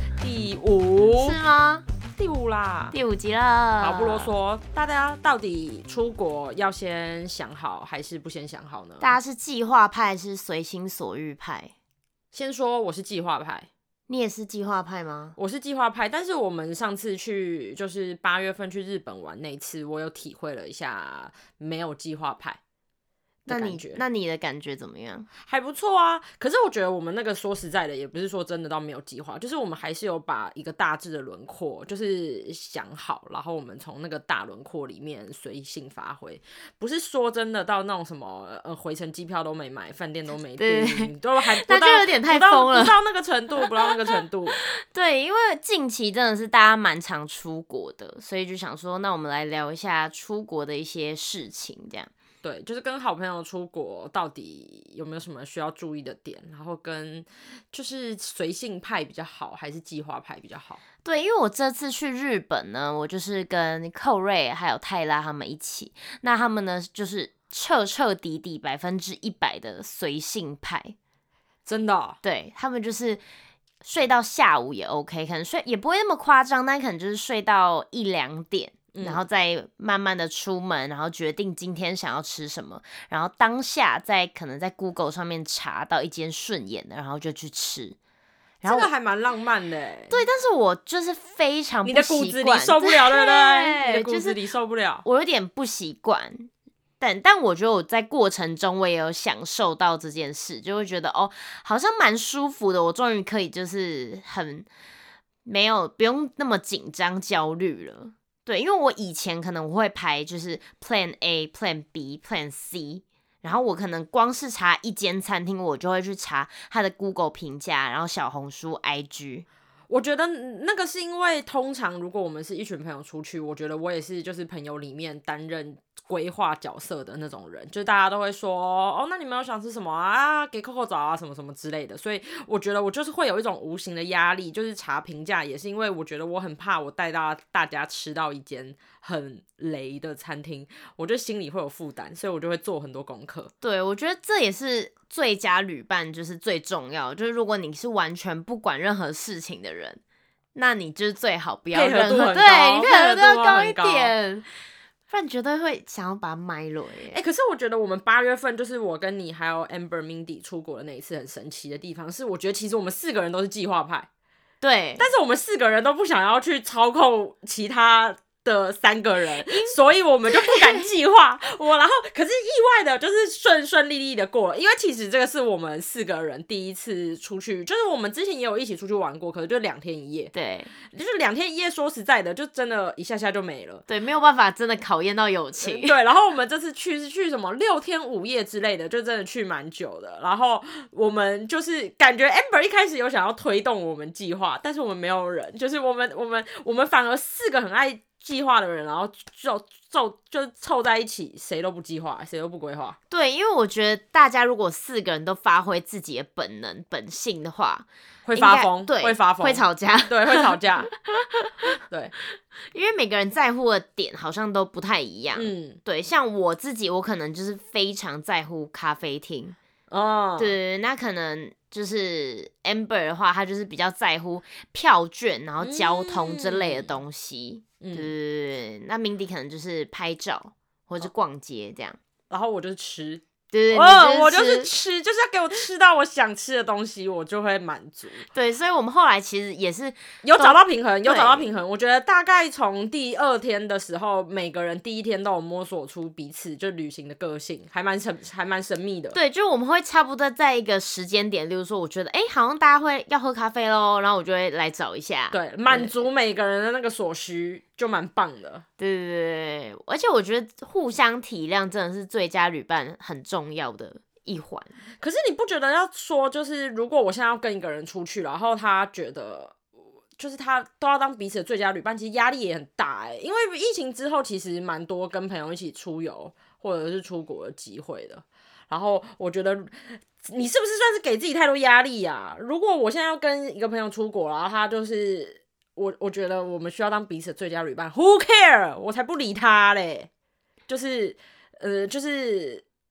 第5 是吗？ 第5啦， 第5集了。 好，不啰嗦，大家到底出国要先想好还是不先想好呢？ 大家是计划派还是随心所欲派？ 先说我是计划派。 你也是计划派吗？ 我是计划派，但是我们上次去就是8月份去日本玩那一次，我有体会了一下没有计划派的感觉。 那你的感觉怎么样？ 还不错啊，可是我觉得我们那个说实在的，也不是说真的到没有计划，就是我们还是有把一个大致的轮廓就是想好，然后我们从那个大轮廓里面随性发挥，不是说真的到那种什么回程机票都没买，饭店都没订，都还不到， 那就有点太疯了， 不到那个程度，不到那个程度。 对，因为近期真的是大家蛮常出国的，所以就想说，那我们来聊一下出国的一些事情，这样。 对，就是跟好朋友出国到底有没有什么需要注意的点，然后跟就是随性派比较好还是计划派比较好？ 对，因为我这次去日本呢，我就是跟寇瑞还有泰拉他们一起，那他们呢就是彻底100%的随性派， 真的哦？ 对，他们就是睡到下午也 OK， 可能睡也不会那么夸张，但可能就是睡到1、2点。然后再慢慢的出门，然后决定今天想要吃什么，然后当下可能在 Google 上面查到一间顺眼的，然后就去吃。然后这个还蛮浪漫的耶。 对，但是我就是非常不习惯， 你的骨子里受不了，对不对？你的骨子里就是受不了。 我有点不习惯，但我觉得我在过程中我也有享受到这件事，就会觉得哦，好像蛮舒服的。我终于可以就是很不用那么紧张焦虑了。对，因为我以前可能我会排就是 Plan A、Plan B、Plan C， 然后我可能光是查一间餐厅，我就会去查它的 Google 评价，然后小红书、IG。 我觉得那个是因为通常如果我们是一群朋友出去，我觉得我也是就是朋友里面担任规划角色的那种人，就是大家都会说哦，那你们有想吃什么啊？给 Coco 找啊，什么什么之类的。所以我觉得我就是会有一种无形的压力，就是查评价也是因为我觉得我很怕我带大家吃到一间很雷的餐厅，我就心里会有负担，所以我就会做很多功课。 对，我觉得这也是最佳旅伴，就是最重要。就是如果你是完全不管任何事情的人，那你就是最好不要任何，对，你配合度要高一点，不然绝对会想要把它埋了耶。 可是我觉得我们8月份就是我跟你还有 Amber、Mindy 出国的那一次很神奇的地方是，我觉得其实我们4个人都是计划派， 对， 但是我们4个人都不想要去操控其他的3个人，所以我们就不敢计划。然后可是意外的就是顺利利的过了，因为其实这个是我们4个人第一次出去，就是我们之前也有一起出去玩过，可是就2天1夜， 对， 就是2天1夜，说实在的，就真的一下下就没了， 对，没有办法真的考验到友情。 对，然后我们这次去是去什么6天5夜之类的，就真的去蛮久的。然后我们就是感觉 Amber 一开始有想要推动我们计划，但是我们没有人，就是我们反而4个很爱计划的人，然后就凑在一起，谁都不计划，谁都不规划。 对，因为我觉得大家如果4个人都发挥自己的本能本性的话， 会发疯， 对， 会发疯， 会吵架， 对，会吵架，对， 因为每个人在乎的点好像都不太一样。对，像我自己，我可能就是非常在乎咖啡厅。哦，对，那可能就是 Amber 的话，他就是比较在乎票券，然后交通之类的东西。对，那 Mindy 可能就是拍照或者是逛街这样， 然后我就是吃。 对， 我就是吃，就是要给我吃到我想吃的东西，我就会满足。 对，所以我们后来其实也是有找到平衡，我觉得大概从第2天的时候，每个人第1天都有摸索出彼此就旅行的个性，还蛮神秘的。 对，就我们会差不多在一个时间点，例如说，我觉得好像大家会要喝咖啡咯，然后我就会来找一下， 对，满足每个人的那个所需。就蛮棒的， 对，而且我觉得互相体谅真的是最佳旅伴很重要的一环。 可是你不觉得要说，就是如果我现在要跟一个人出去，然后他觉得就是他都要当彼此的最佳旅伴，其实压力也很大因为疫情之后其实蛮多跟朋友一起出游或者是出国的机会的。然后我觉得你是不是算是给自己太多压力啊？如果我现在要跟一个朋友出国，然后他就是我觉得我们需要当彼此的最佳旅伴 ，Who care？ 我才不理他嘞！就是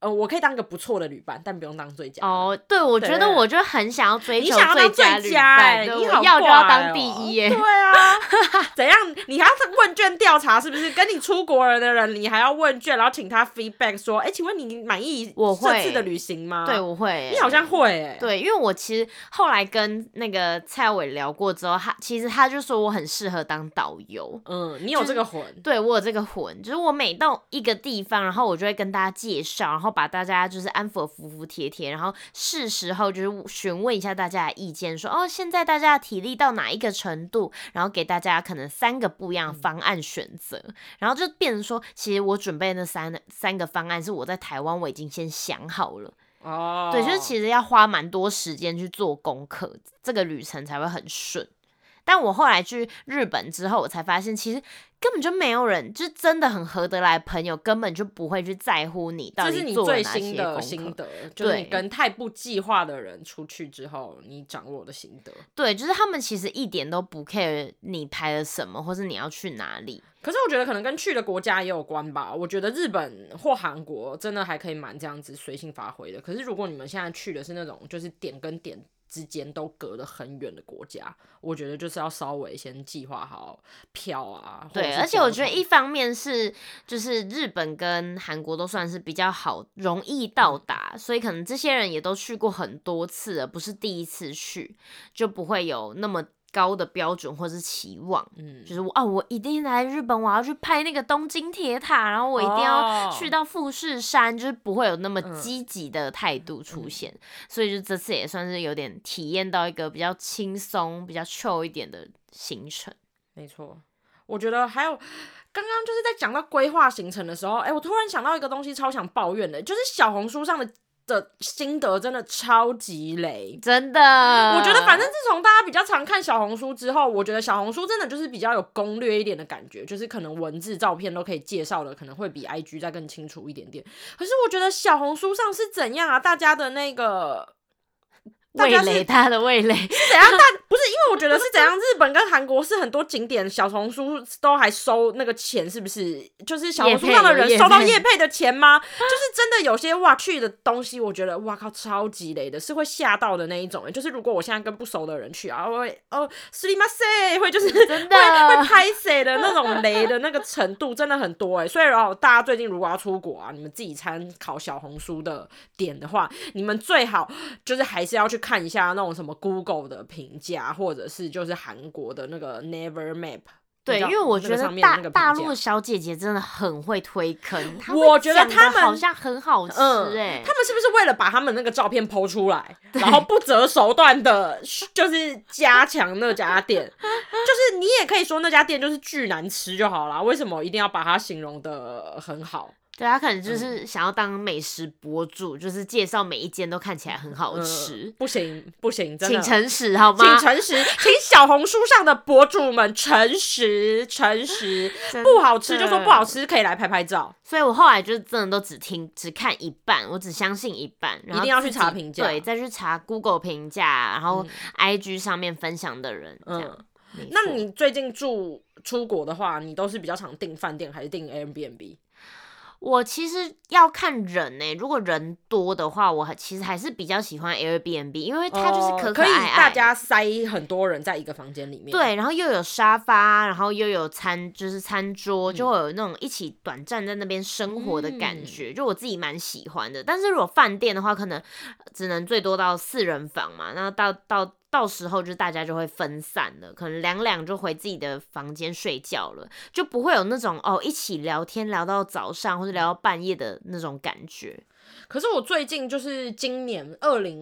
我可以当个不错的旅伴，但不用当最佳。 哦，对，我觉得我就很想要追求最佳旅伴， 对， 你好要就要当第一耶。 对啊，怎样？你还要问卷调查是不是？跟你出国人的人，你还要问卷，然后请他 feedback 说，请问你满意这次的旅行吗？ 对，我会。 你好像会对，因为我其实后来跟那个蔡伟聊过之后，其实他就说我很适合当导游。 你有这个魂。 对，我有这个魂，就是我每到一个地方，然后我就会跟大家介绍，然后把大家就是安抚服服帖帖，然后是时候就是询问一下大家的意见，说现在大家的体力到哪一个程度，然后给大家可能3个不一样的方案选择，然后就变成说，其实我准备的三个方案是我在台湾我已经先想好了。对，就是其实要花蛮多时间去做功课，这个旅程才会很顺。但我后来去日本之后，我才发现其实根本就没有人，就是真的很合得来的朋友，根本就不会去在乎你到底做了哪些功课。这是你最新的心得，就是你跟太不计划的人出去之后，你掌握的心得。 对，就是他们其实一点都不 care 你拍了什么，或是你要去哪里。 可是我觉得可能跟去的国家也有关吧。我觉得日本或韩国真的还可以蛮这样子随性发挥的。可是如果你们现在去的是那种就是点跟点之间都隔得很远的国家，我觉得就是要稍微先计划好票啊。 对，而且我觉得一方面是就是日本跟韩国都算是比较好容易到达，所以可能这些人也都去过很多次了，不是第一次去，就不会有那么高的标准或是期望。就是我一定来日本，我要去拍那个东京铁塔，然后我一定要去到富士山，就是不会有那么积极的态度出现。所以就这次也算是有点体验到一个比较轻松、比较 chill 一点的行程。 没错，我觉得还有刚刚就是在讲到规划行程的时候，我突然想到一个东西超想抱怨的，就是小红书上的心得真的超级雷， 真的。 我觉得反正自从大家比较常看小红书之后，我觉得小红书真的就是比较有攻略一点的感觉，就是可能文字照片都可以介绍的可能会比 IG 再更清楚一点点。可是我觉得小红书上是怎样啊，大家的那个味蕾，他的味蕾是怎样？不是因为我觉得是怎样？日本跟韩国是很多景点小红书都还收那个钱，是不是？就是小红书上的人收到业配的钱吗？就是真的有些去的东西，我觉得哇靠，超级雷的，是会吓到的那一种。就是如果我现在跟不熟的人去啊，会すみません，会就是真的会拍谁的那种雷的那个程度真的很多所以大家最近如果要出国啊，你们自己参考小红书的点的话，你们最好就是还是要去看一下那种什么 Google 的评价，或者是就是韩国的那个 Never Map。 对，因为我觉得大陆的小姐姐真的很会推坑， 我觉得他们好像很好吃他们是不是为了把他们那个照片 po 出来，然后不择手段的，就是加强那家店？就是你也可以说那家店就是巨难吃就好啦，为什么一定要把它形容的很好？ 对，他可能就是想要当美食博主，就是介绍每一间都看起来很好吃。 不行，真的， 请诚实好吗？ 请诚实，请小红书上的博主们诚实，不好吃就说不好吃，可以来拍拍照。 所以我后来就真的都只看一半，我只相信一半，然后一定要去查评价， 对，再去查 Google 评价，然后 IG 上面分享的人这样。 那你最近出国的话，你都是比较常订饭店还是订 Airbnb？ 我其实要看人如果人多的话，我其实还是比较喜欢 Airbnb， 因为它就是可爱， 可以大家塞很多人在一个房间里面。 对，然后又有沙发，然后又有餐桌，就会有那种一起短暂在那边生活的感觉，就我自己蛮喜欢的。但是如果饭店的话，可能只能最多到4人房嘛，那到时候就大家就会分散了，可能两就回自己的房间睡觉了，就不会有那种一起聊天聊到早上或者聊到半夜的那种感觉。 可是我最近就是今年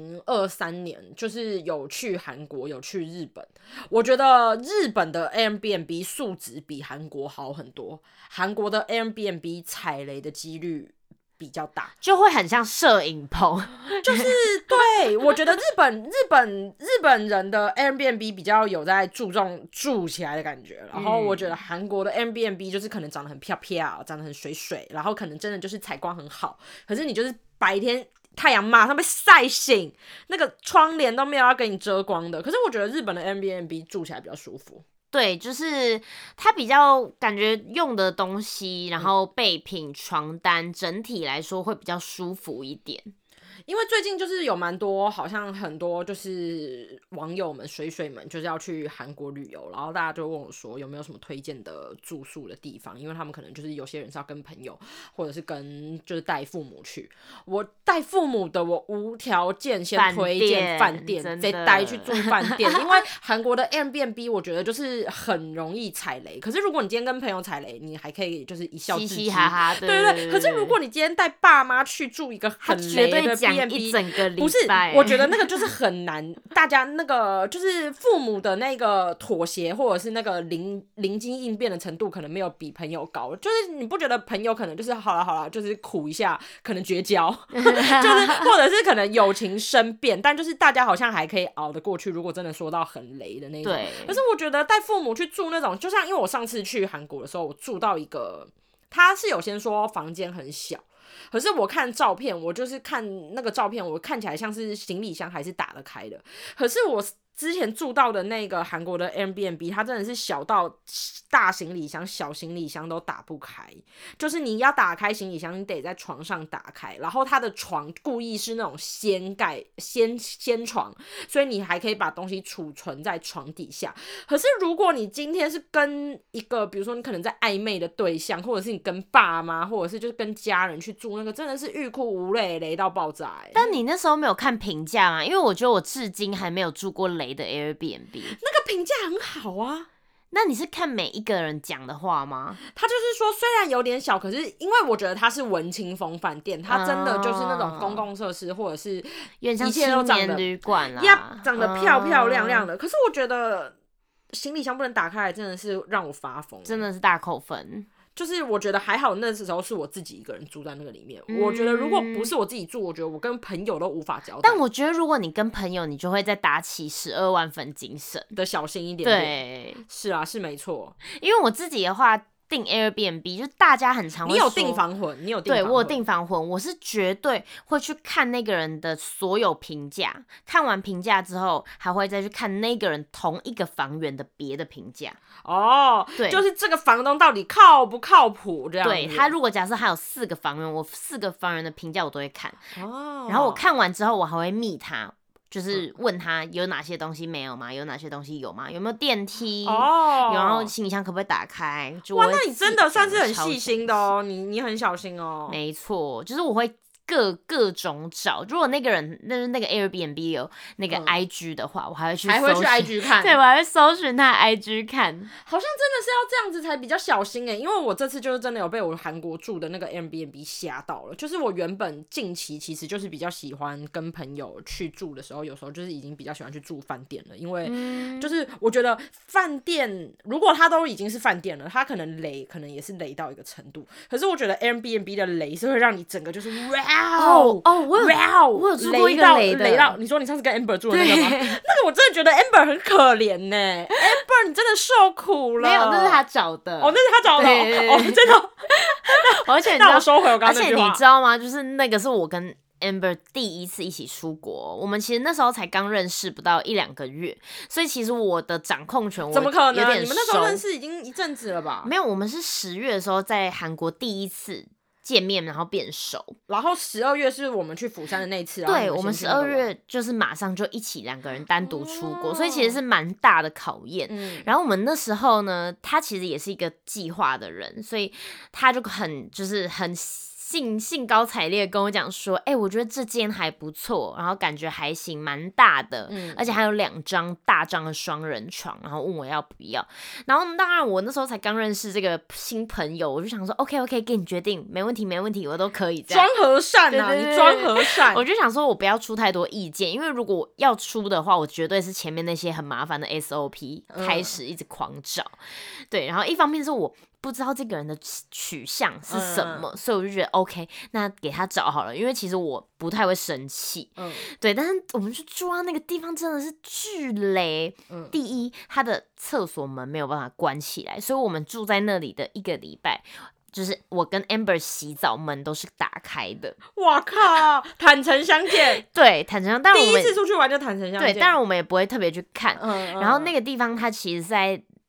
2023年，就是有去韩国，有去日本。我觉得日本的 Airbnb 素质比韩国好很多，韩国的 Airbnb 踩雷的几率比较大， 就会很像摄影棚， 就是对，我觉得日本人的 Airbnb 比较有在注重住起来的感觉，然后我觉得韩国的 Airbnb 就是可能长得很漂漂，长得很水，然后可能真的就是采光很好，可是你就是白天太阳马上被晒醒，那个窗帘都没有要给你遮光的。可是我觉得日本的 Airbnb 住起来比较舒服。 对，就是它比较感觉用的东西，然后备品、床单，整体来说会比较舒服一点。 因为最近就是有蛮多，好像很多就是网友们、水们就是要去韩国旅游，然后大家就问我说有没有什么推荐的住宿的地方，因为他们可能就是有些人是要跟朋友，或者是跟就是带父母去。我带父母的，我无条件先推荐饭店，再带去住饭店，因为韩国的 Airbnb 我觉得就是很容易踩雷。可是如果你今天跟朋友踩雷，你还可以就是一笑置之， 嘻嘻哈哈，对对对。可是如果你今天带爸妈去住一个很雷的 B&B， 一整个礼拜， 不是，我觉得那个就是很难，大家那个就是父母的那个妥协或者是那个灵机应变的程度，可能没有比朋友高。就是你不觉得朋友可能就是好了，就是苦一下，可能绝交，就是或者是可能友情生变，但就是大家好像还可以熬得过去。如果真的说到很雷的那种，可是我觉得带父母去住那种，就像因为我上次去韩国的时候，我住到一个，他是有先说房间很小。可是我看照片，我就是看那个照片，我看起来像是行李箱还是打得开的。可是我之前住到的那个韩国的 Airbnb， 它真的是小到大行李箱、小行李箱都打不开，就是你要打开行李箱，你得在床上打开，然后它的床故意是那种掀盖掀床，所以你还可以把东西储存在床底下。可是如果你今天是跟一个，比如说你可能在暧昧的对象，或者是你跟爸妈，或者是就是跟家人去住，那个真的是欲哭无泪，雷到爆炸。 但你那时候没有看评价吗？因为我觉得我至今还没有住过雷的 Airbnb， 那个评价很好啊。 那你是看每一个人讲的话吗？ 他就是说，虽然有点小，可是因为我觉得它是文青风饭店，它真的就是那种公共设施，或者是有点像青年旅馆啦， 长得漂漂亮亮的。可是我觉得行李箱不能打开来，真的是让我发疯， 真的是大扣分。 就是我觉得还好，那时候是我自己一个人住在那个里面。我觉得如果不是我自己住，我觉得我跟朋友都无法交代。 但我觉得如果你跟朋友，你就会再打起12万分精神的小心一点点。 对， 是啊，是没错。 因为我自己的话，订 Airbnb 就是大家很常会说， 你有订房魂，你有订房魂， 对我有订房魂，我是绝对会去看那个人的所有评价，看完评价之后，还会再去看那个人同一个房源的别的评价。 哦， 对， 就是这个房东到底靠不靠谱这样子。 对，他如果假设他有4个房源，我4个房源的评价我都会看。 哦， 然后我看完之后，我还会密他。就是问他有哪些东西没有吗？有哪些东西有吗？有没有电梯？ 哦， 然后行李箱可不可以打开？ 哇，那你真的算是很细心的哦，你很小心哦。 没错，就是我会各种找。如果那个人那个 Airbnb 有那个 IG 的话，我还会去 IG 看。 对，我还会搜寻他的 IG 看。 好像真的是要这样子才比较小心因为我这次就是真的有被我韩国住的那个 Airbnb 吓到了。就是我原本近期其实就是比较喜欢跟朋友去住的时候，有时候就是已经比较喜欢去住饭店了，因为就是我觉得饭店如果它都已经是饭店了，它可能雷可能也是雷到一个程度。可是我觉得 Airbnb 的雷是会让你整个就是我有住过一个雷到你说你上次跟 Amber 住的那个吗？那个我真的觉得 Amber 很可怜呢。Amber 你真的受苦了。 没有，那是他找的。 哦，那是他找的。 对哦，真的。 而且那我收回我刚刚那句话。 而且你知道吗？就是那个是我跟 Amber 第一次一起出国，我们其实那时候才刚认识不到1-2个月，所以其实我的掌控权怎么可能？ 你们那时候认识已经一阵子了吧？ 没有，我们是10月的时候在韩国第一次见面，然后变熟， 然后12月是我们去釜山的那一次。 对，我们12月就是马上就一起2个人单独出国，所以其实是蛮大的考验。然后我们那时候呢，他其实也是一个计划的人，所以他就很兴高采烈跟我讲说，我觉得这间还不错，然后感觉还行，蛮大的，而且还有2张大张的双人床，然后问我要不要。然后当然我那时候才刚认识这个新朋友，我就想说 OK 给你决定，没问题，我都可以这样。 装和善啊， 对， 你装和善。 我就想说我不要出太多意见，因为如果要出的话，我绝对是前面那些很麻烦的 SOP 开始一直狂找。对，然后一方面是我不知道这个人的取向是什么，所以我就觉得 OK， 那给他找好了，因为其实我不太会生气，对，但是我们去住到那个地方真的是巨雷，第一，他的厕所门没有办法关起来，所以我们住在那里的1个礼拜。就是我跟 Amber 洗澡门都是打开的， 哇靠！坦诚相见， 对，坦诚相见。但我们第一次出去玩就坦诚相见， 对，当然我们也不会特别去看。然后那个地方它其实是在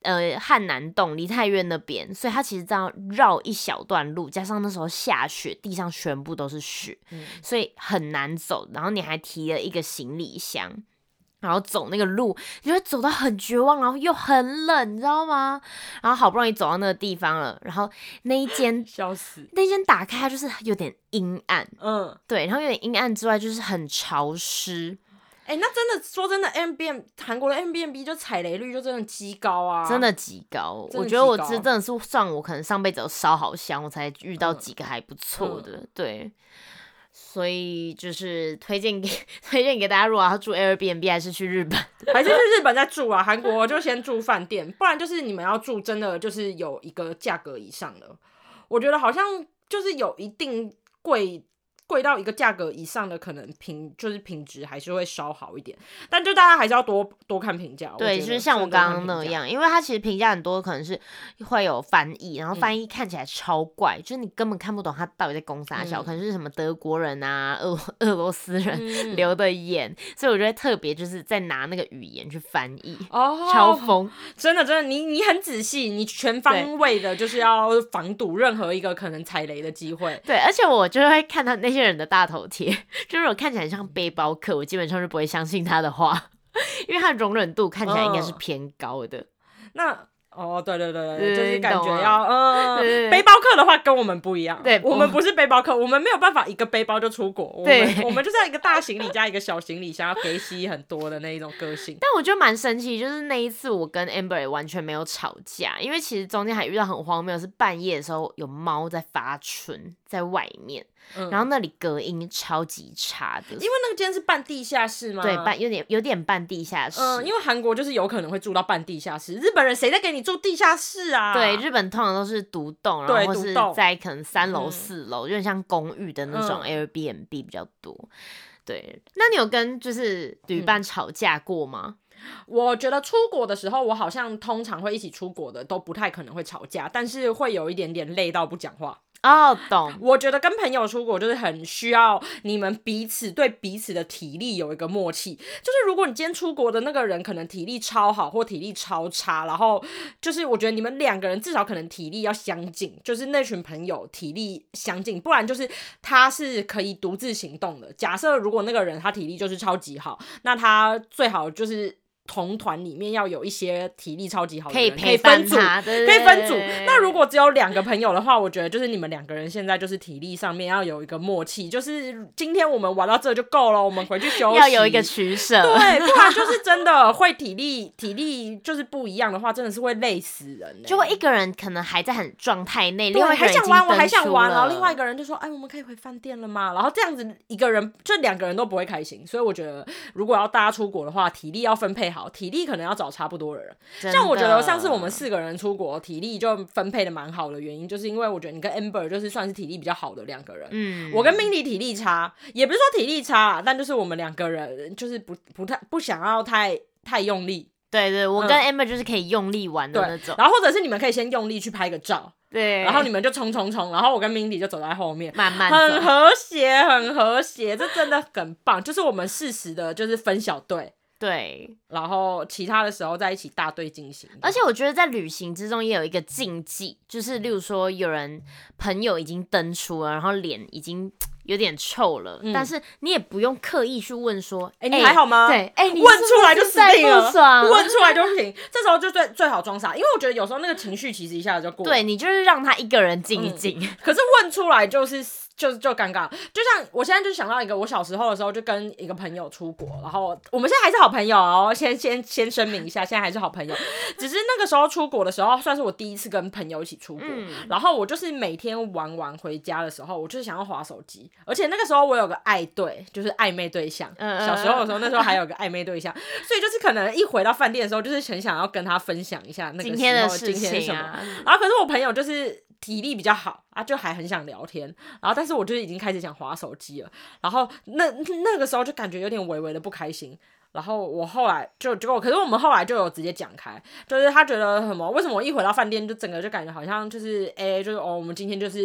汉南洞梨泰院那边，所以它其实这样绕一小段路，加上那时候下雪，地上全部都是雪，所以很难走。然后你还提了一个行李箱，然后走那个路，你会走到很绝望，然后又很冷，你知道吗？然后好不容易走到那个地方了，然后那一间笑死， 那间打开它就是有点阴暗， 嗯， 对，然后有点阴暗之外就是很潮湿。 那真的说真的 ，Airbnb 韩国的 Airbnb 就踩雷率就真的极高啊， 真的极高。 真的极高我觉得我真的是算我可能上辈子有烧好香，我才遇到几个还不错的，对。所以就是推荐给大家，如果要住 Airbnb 还是去日本， 还是去日本再住啊。韩国就先住饭店，不然就是你们要住真的就是有一个价格以上的，我觉得好像就是有一定贵到一个价格以上的，可能品质还是会稍好一点，但就大家还是要多看评价。 对，就是像我刚刚那样，因为它其实评价很多，可能是会有翻译，然后翻译看起来超怪，就是你根本看不懂他到底在攻啥小，可能是什么德国人啊、俄罗斯人留的言，所以我觉得特别就是在拿那个语言去翻译，超疯， 真的，你很仔细，你全方位的就是要防堵任何一个可能踩雷的机会。 对，而且我就会看他那些人的大头贴，就是我看起来像背包客，我基本上就不会相信他的话，因为他的容忍度看起来应该是偏高的。 那对，就是感觉要背包客的话跟我们不一样， 对， 我们不是背包客，我们没有办法一个背包就出国，我们就是要一个大行李加一个小行李箱，要给洗很多的那一种个性。 但我觉得蛮神奇，就是那一次我跟 Amber 也完全没有吵架，因为其实中间还遇到很荒谬，是半夜的时候有猫在发春在外面。然后那里隔音超级差的，因为那个间是半地下室吗？ 对，有点半地下室。 因为韩国就是有可能会住到半地下室，日本人谁在给你住地下室啊？ 对，日本通常都是独栋，然后或是在可能3楼4楼，有点像公寓的那种 Airbnb 比较多。对，那你有跟就是旅伴吵架过吗？ 我觉得出国的时候，我好像通常会一起出国的都不太可能会吵架，但是会有一点点累到不讲话。 懂。 我觉得跟朋友出国就是很需要你们彼此对彼此的体力有一个默契，就是如果你今天出国的那个人可能体力超好或体力超差，然后就是我觉得你们2个人至少可能体力要相近，就是那群朋友体力相近，不然就是他是可以独自行动的。假设如果那个人他体力就是超级好，那他最好就是同团里面要有一些体力超级好的人可以分组， 可以分组。那如果只有2个朋友的话，我觉得就是你们2个人现在就是体力上面要有一个默契，就是今天我们玩到这就够了，我们回去休息， 要有一个取舍。 对，不然就是真的会体力就是不一样的话，真的是会累死人。 就会一个人可能还在很状态内， 另外一个人已经登出了，我还想玩，然后另外一个人就说：“哎，我们可以回饭店了吗？”然后这样子一个人就2个人都不会开心，所以我觉得如果要大家出国的话，体力要分配好，体力可能要找差不多的人。像我觉得上次我们4个人出国，体力就分配的蛮好的原因，就是因为我觉得你跟 Amber 就是算是体力比较好的2个人。我跟 Mindy 体力差，也不是说体力差啦，但就是我们2个人就是不想要太用力。 对，我跟 Amber 就是可以用力玩的那种。 然后或者是你们可以先用力去拍个照。 对， 然后你们就冲，然后我跟 Mindy 就走在后面， 慢慢走， 很和谐，这真的很棒。就是我们适时的，就是分小队， 对， 然后其他的时候在一起大队进行。 而且我觉得在旅行之中也有一个禁忌，就是例如说有人朋友已经登出了，然后脸已经有点臭了，但是你也不用刻意去问说， 你还好吗？ 对， 你问出来就死定了， 问出来就行。这时候就最好装傻，因为我觉得有时候那个情绪其实一下子就过了。 对，你就是让他一个人静一静。 可是问出来就尴尬。就像我现在就想到一个，我小时候的时候就跟一个朋友出国，然后我们现在还是好朋友哦，先声明一下，现在还是好朋友。只是那个时候出国的时候，算是我第一次跟朋友一起出国，然后我就是每天玩完回家的时候，我就是想要滑手机，而且那个时候我有个爱对，就是暧昧对象。小时候的时候，那时候还有个暧昧对象，所以就是可能一回到饭店的时候，就是很想要跟他分享一下那个今天的事情是什么。 然后可是我朋友就是体力比较好啊，就还很想聊天，然后但是我就已经开始想滑手机了，然后那个时候就感觉有点微微的不开心。然后我后来可是我们后来就有直接讲开，就是他觉得为什么我一回到饭店就整个就感觉好像就是就是我们今天就是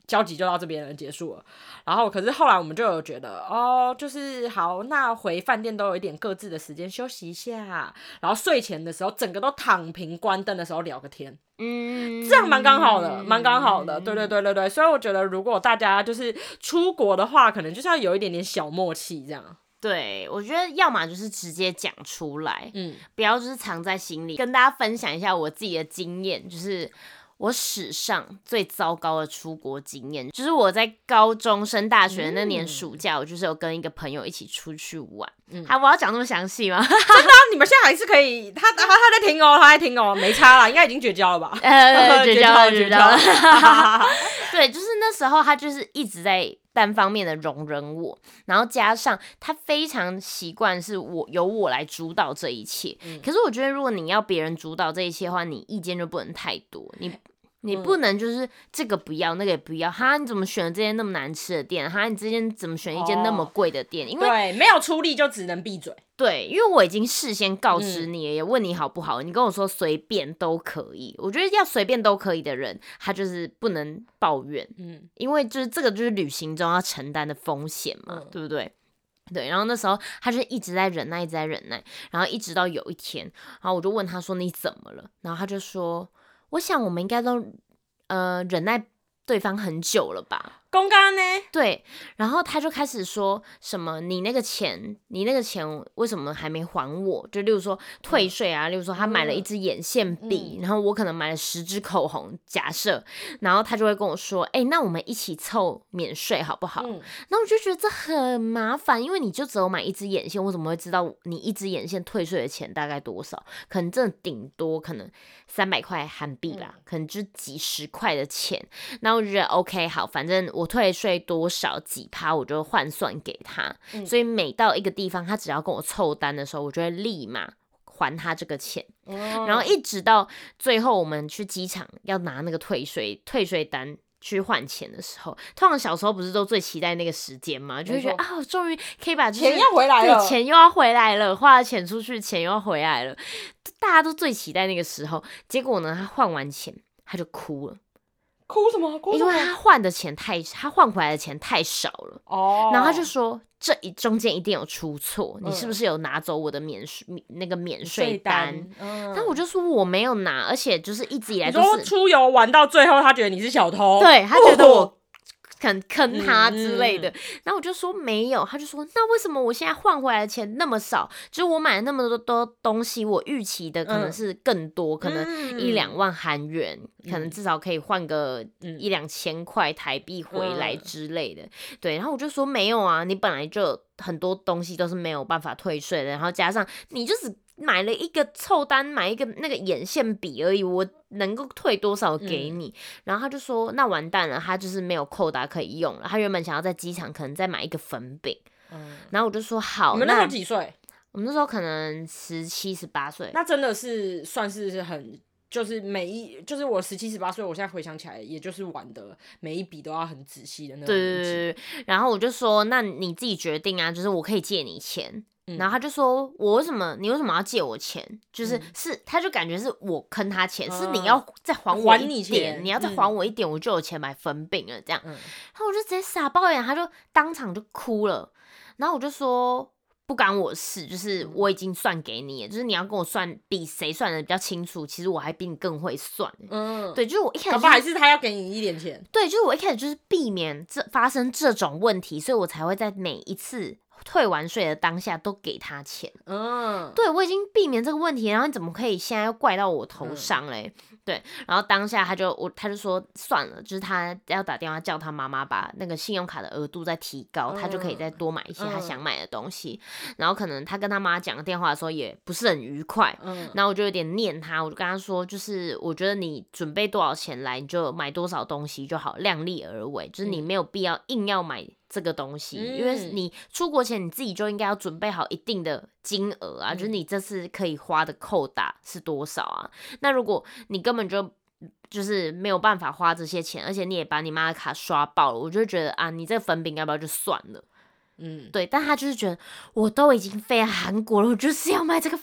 交集就到这边了，结束了。然后可是后来我们就有觉得就是好，那回饭店都有一点各自的时间休息一下，然后睡前的时候整个都躺平关灯的时候聊个天，这样蛮刚好的，蛮刚好的。对对对对对，所以我觉得如果大家就是出国的话，可能就是要有一点点小默契这样。 对，我觉得要么就是直接讲出来，不要就是藏在心里。跟大家分享一下我自己的经验，就是我史上最糟糕的出国经验，就是我在高中升大学的那年暑假，我就是有跟一个朋友一起出去玩。我要讲那么详细吗？ 真的啊，你们现在还是可以，他在听哦，他在听哦，没差啦，应该已经绝交了吧？ 绝交了，绝交了。对，就是那时候他就是一直在单方面的容忍我，然后加上他非常习惯是由我来主导这一切。可是我觉得如果你要别人主导这一切的话，你意见就不能太多，你不能就是这个不要那个也不要，哈，你怎么选了这间那么难吃的店，哈，你之前怎么选一间那么贵的店？因为对，没有出力就只能闭嘴。 对，因为我已经事先告知你了，也问你好不好，你跟我说随便都可以。我觉得要随便都可以的人，他就是不能抱怨，因为就是这个就是旅行中要承担的风险嘛，对不对？对，然后那时候他就一直在忍耐，一直在忍耐，然后一直到有一天，然后我就问他说你怎么了？然后他就说，我想我们应该都忍耐对方很久了吧。 公干呢？ 对，然后他就开始说什么你那个钱为什么还没还我？就例如说退税啊，例如说他买了一支眼线笔，然后我可能买了10支口红，假设，然后他就会跟我说，那我们一起凑免税好不好？那我就觉得这很麻烦，因为你就只有买一支眼线，我怎么会知道你一支眼线退税的钱大概多少？可能真的顶多可能300块韩币啦，可能就几十块的钱。那我就觉得 OK 好，反正我退税多少几%，我就换算给他。所以每到一个地方，他只要跟我凑单的时候，我就会立马还他这个钱。然后一直到最后，我们去机场要拿那个退税单去换钱的时候，通常小时候不是都最期待那个时间吗？就会觉得啊，终于可以把钱要回来了， 对，钱又要回来了，花了钱出去，钱又要回来了，大家都最期待那个时候。结果呢，他换完钱他就哭了。 哭什么？ 因为他换回来的钱太少了。然后他就说这中间一定有出错，你是不是有拿走我的免税单？但我就说我没有拿，而且就是一直以来都是你说出游玩到最后，他觉得你是小偷， 对，他觉得我坑他之类的。然后我就说没有，他就说那为什么我现在换回来的钱那么少？就是我买了那么多东西，我预期的可能是更多，可能1-2万韩元，可能至少可以换个1-2千块台币回来之类的。对，然后我就说没有啊，你本来就很多东西都是没有办法退税的，然后加上你就只买了一个凑单，买一个那个眼线笔而已，我能够退多少给你？然后他就说那完蛋了，他就是没有扣打可以用了。他原本想要在机场可能再买一个粉饼，然后我就说好。 你们那时候几岁？ 我们那时候可能17、18岁。 那真的是算是很。就是就是我17、18岁，我现在回想起来，也就是玩的每一笔都要很仔细的那种。 对。然后我就说，那你自己决定啊，就是我可以借你钱。然后他就说，你为什么要借我钱？就是他就感觉是我坑他钱，是你要再还我一点，你要再还我一点，我就有钱买粉饼了这样。然后我就直接傻爆眼，他就当场就哭了。然后我就说。不干我事，就是我已经算给你了，就是你要跟我算比谁算的比较清楚，其实我还比你更会算。对，就是我一开始还是他要给你一点钱。 对，就是我一开始就是避免发生这种问题，所以我才会在每一次退完税的当下都给他钱。对，我已经避免这个问题，然后你怎么可以现在要怪到我头上嘞？对，然后当下他就说算了，就是他要打电话叫他妈妈把那个信用卡的额度再提高，他就可以再多买一些他想买的东西。然后可能他跟他妈讲电话的时候也不是很愉快，然后我就有点念他，我就跟他说，就是我觉得你准备多少钱来，你就买多少东西就好，量力而为，就是你没有必要硬要买这个东西，因为你出国前你自己就应该要准备好一定的金额啊，就是你这次可以花的扣打是多少啊？那如果你根本就是没有办法花这些钱，而且你也把你妈的卡刷爆了，我就觉得啊，你这个粉饼要不要就算了？对，但他就是觉得我都已经飞来韩国了，我就是要买这个粉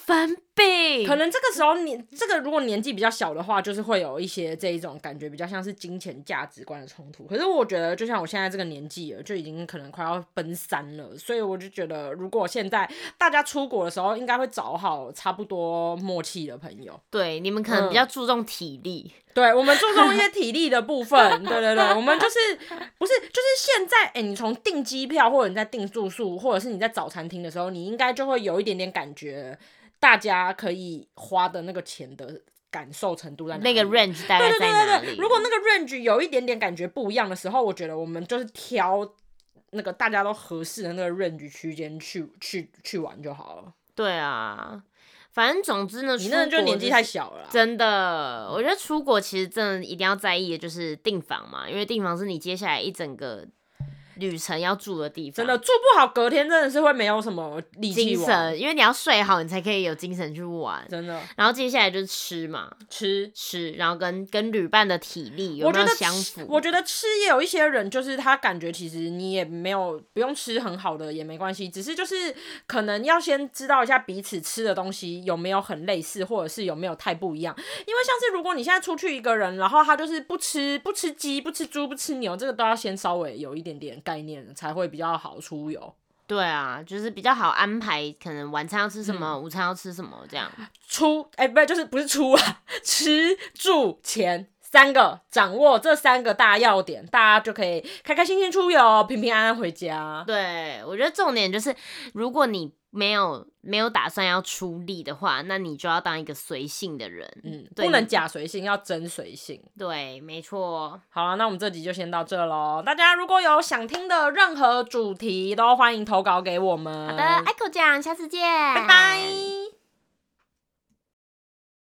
病。 可能这个时候这个如果年纪比较小的话，就是会有一些这一种感觉比较像是金钱价值观的冲突。可是我觉得，就像我现在这个年纪了，就已经可能快要奔3了，所以我就觉得，如果现在大家出国的时候，应该会找好差不多默契的朋友。 对，你们可能比较注重体力。 对，我们注重一些体力的部分，对对对，我们就是不是就是现在，你从订机票或者你在订住宿，或者是你在找餐厅的时候，你应该就会有一点点感觉，大家可以花的那个钱的感受程度在哪里， 那个 range 大概在哪里？ 对对对对，如果那个 range 有一点点感觉不一样的时候，我觉得我们就是挑那个大家都合适的那个 range 区间去玩就好了。 对啊。反正总之呢， 你那就年纪太小了啦， 真的，我觉得出国其实真的一定要在意的就是订房嘛，因为订房是你接下来一整个旅程要住的地方。 真的住不好，隔天真的是会没有什么力气精神，因为你要睡好，你才可以有精神去玩。 真的。 然后接下来就是吃嘛，吃，然后跟旅伴的体力有没有相符？ 我觉得吃也有一些人，就是他感觉其实你也没有不用吃很好的也没关系，只是就是可能要先知道一下彼此吃的东西有没有很类似，或者是有没有太不一样。因为像是如果你现在出去一个人，然后他就是不吃鸡、不吃猪、不吃牛，这个都要先稍微有一点点概念才会比较好出游。 对啊，就是比较好安排，可能晚餐要吃什么，午餐要吃什么这样。 不是出啊，吃住钱3个掌握这3个大要点，大家就可以开开心心出游，平平安安回家。 对，我觉得重点就是，如果你没有打算要出力的话，那你就要当一个随性的人， 不能假随性，要真随性。 对，没错。 好了，那我们这集就先到这咯。大家如果有想听的任何主题，都欢迎投稿给我们。 好的，Echo 酱，下次见， 拜拜。